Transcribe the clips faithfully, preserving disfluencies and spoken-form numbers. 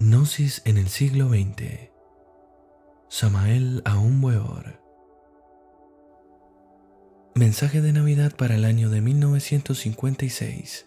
Gnosis en el siglo veinte. Samael Aun Weor. Mensaje de Navidad para el año de mil novecientos cincuenta y seis.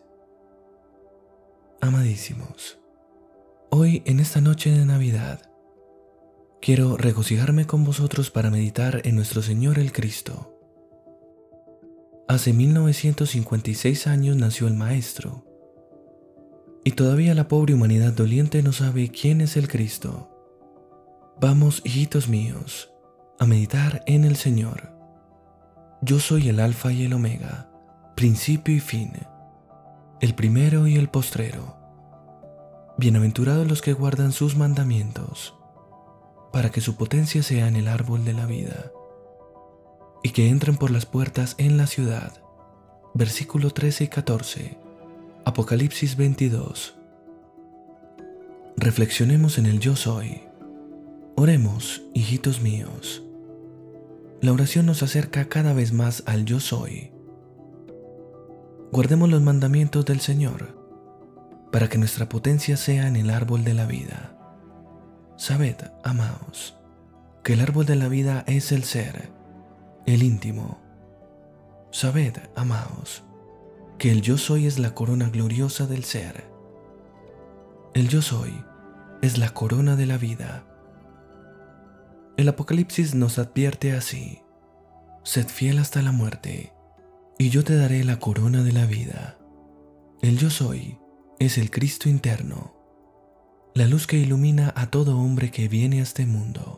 Amadísimos, hoy en esta noche de Navidad, quiero regocijarme con vosotros para meditar en nuestro Señor el Cristo. Hace mil novecientos cincuenta y seis años nació el Maestro, y todavía la pobre humanidad doliente no sabe quién es el Cristo. Vamos, hijitos míos, a meditar en el Señor. Yo soy el Alfa y el Omega, principio y fin, el primero y el postrero. Bienaventurados los que guardan sus mandamientos, para que su potencia sea en el árbol de la vida, y que entren por las puertas en la ciudad. Versículo trece y catorce, Apocalipsis veintidós. Reflexionemos en el yo soy. Oremos, hijitos míos. La oración nos acerca cada vez más al yo soy. Guardemos los mandamientos del Señor, para que nuestra potencia sea en el árbol de la vida. Sabed, amaos, que el árbol de la vida es el ser, el íntimo. Sabed, amaos, que el yo soy es la corona gloriosa del ser. El yo soy es la corona de la vida. El Apocalipsis nos advierte así: sed fiel hasta la muerte, y yo te daré la corona de la vida. El yo soy es el Cristo interno, la luz que ilumina a todo hombre que viene a este mundo.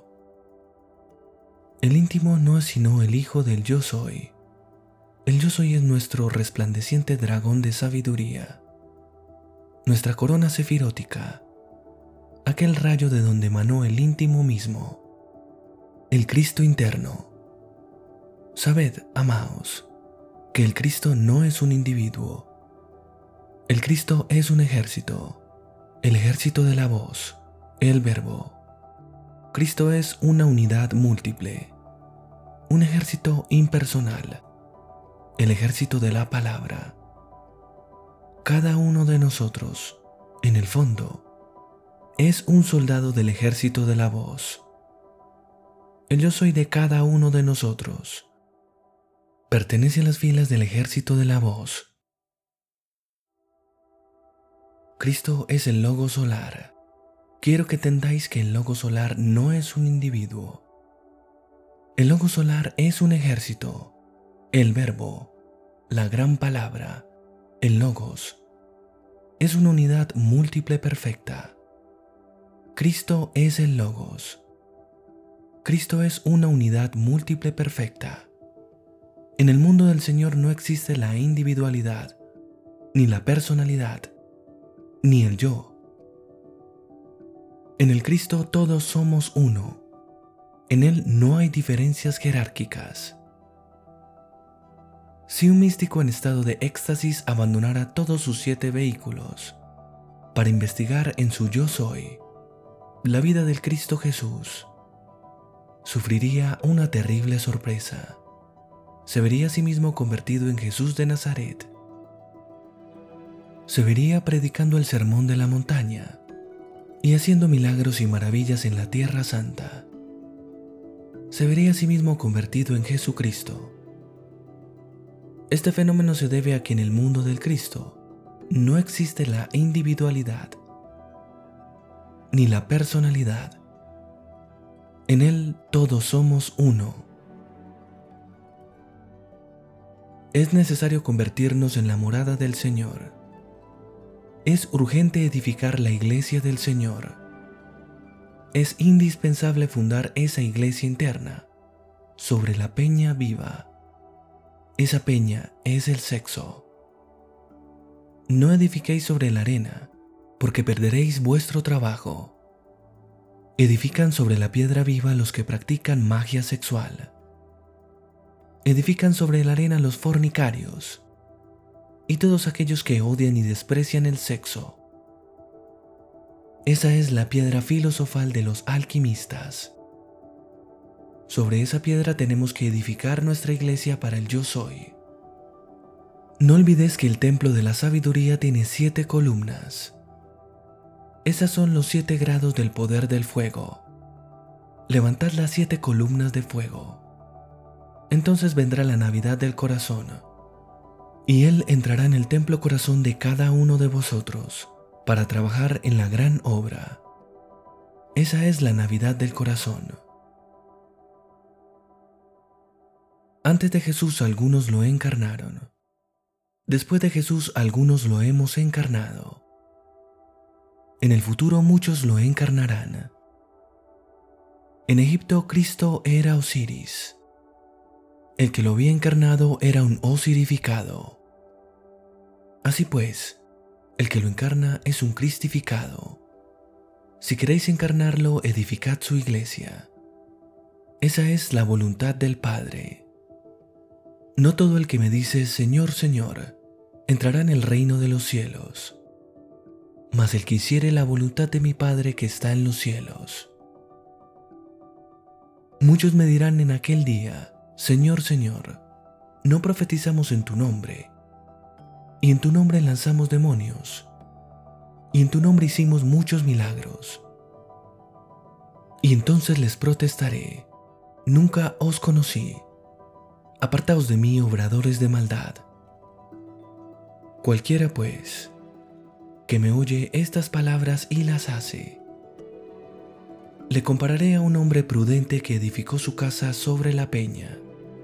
El íntimo no es sino el Hijo del yo soy. El yo soy es nuestro resplandeciente dragón de sabiduría, nuestra corona sefirótica, aquel rayo de donde emanó el íntimo mismo, el Cristo interno. Sabed, amaos, que el Cristo no es un individuo. El Cristo es un ejército, el ejército de la voz, el verbo. Cristo es una unidad múltiple, un ejército impersonal, el ejército de la palabra. Cada uno de nosotros, en el fondo, es un soldado del ejército de la voz. El yo soy de cada uno de nosotros pertenece a las filas del ejército de la voz. Cristo es el logo solar. Quiero que entendáis que el logo solar no es un individuo. El logo solar es un ejército, el verbo, la gran palabra, el logos. Es una unidad múltiple perfecta. Cristo es el logos. Cristo es una unidad múltiple perfecta. En el mundo del Señor no existe la individualidad, ni la personalidad, ni el yo. En el Cristo todos somos uno. En Él no hay diferencias jerárquicas. Si un místico en estado de éxtasis abandonara todos sus siete vehículos para investigar en su yo soy la vida del Cristo Jesús, sufriría una terrible sorpresa. Se vería a sí mismo convertido en Jesús de Nazaret. Se vería predicando el sermón de la montaña y haciendo milagros y maravillas en la tierra santa. Se vería a sí mismo convertido en Jesucristo. Este fenómeno se debe a que en el mundo del Cristo no existe la individualidad ni la personalidad. En Él todos somos uno. Es necesario convertirnos en la morada del Señor. Es urgente edificar la iglesia del Señor. Es indispensable fundar esa iglesia interna sobre la peña viva. Esa peña es el sexo. No edifiquéis sobre la arena, porque perderéis vuestro trabajo. Edifican sobre la piedra viva los que practican magia sexual. Edifican sobre la arena los fornicarios y todos aquellos que odian y desprecian el sexo. Esa es la piedra filosofal de los alquimistas. Sobre esa piedra tenemos que edificar nuestra iglesia para el yo soy. No olvides que el templo de la sabiduría tiene siete columnas. Esas son los siete grados del poder del fuego. Levantad las siete columnas de fuego. Entonces vendrá la Navidad del corazón, y Él entrará en el templo corazón de cada uno de vosotros para trabajar en la gran obra. Esa es la Navidad del corazón. Antes de Jesús algunos lo encarnaron. Después de Jesús algunos lo hemos encarnado. En el futuro muchos lo encarnarán. En Egipto Cristo era Osiris. El que lo había encarnado era un osirificado. Así pues, el que lo encarna es un cristificado. Si queréis encarnarlo, edificad su iglesia. Esa es la voluntad del Padre. No todo el que me dice Señor, Señor, entrará en el reino de los cielos, mas el que hiciere la voluntad de mi Padre que está en los cielos. Muchos me dirán en aquel día, Señor, Señor, ¿no profetizamos en tu nombre? Y en tu nombre lanzamos demonios, y en tu nombre hicimos muchos milagros. Y entonces les protestaré, nunca os conocí, apartaos de mí, obradores de maldad. Cualquiera, pues, que me oye estas palabras y las hace, le compararé a un hombre prudente que edificó su casa sobre la peña.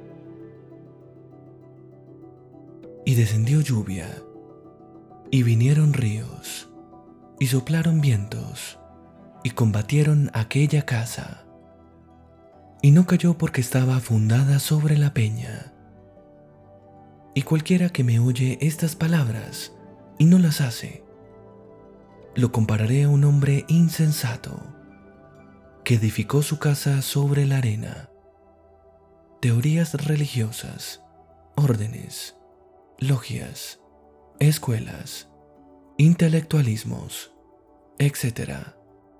Y descendió lluvia, y vinieron ríos, y soplaron vientos, y combatieron aquella casa. Y no cayó porque estaba fundada sobre la peña. Y cualquiera que me oye estas palabras y no las hace, lo compararé a un hombre insensato, que edificó su casa sobre la arena. Teorías religiosas, órdenes, logias, escuelas, intelectualismos, etcétera.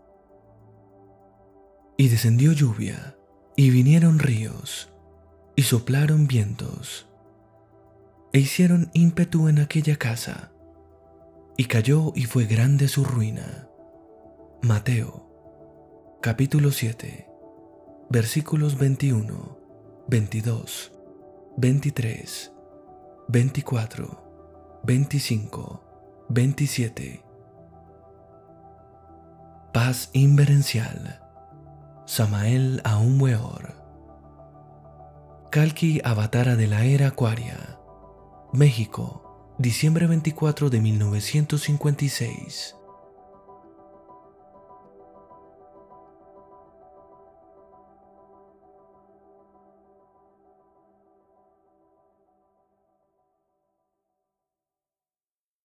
Y descendió lluvia, y vinieron ríos, y soplaron vientos, e hicieron ímpetu en aquella casa, y cayó y fue grande su ruina. Mateo, capítulo siete, versículos veintiuno, veintidós, veintitrés, veinticuatro, veinticinco, veintisiete. Paz inverencial. Samael Aun Weor. Kalki Avatara de la Era Acuaria. México, diciembre veinticuatro de mil novecientos cincuenta y seis.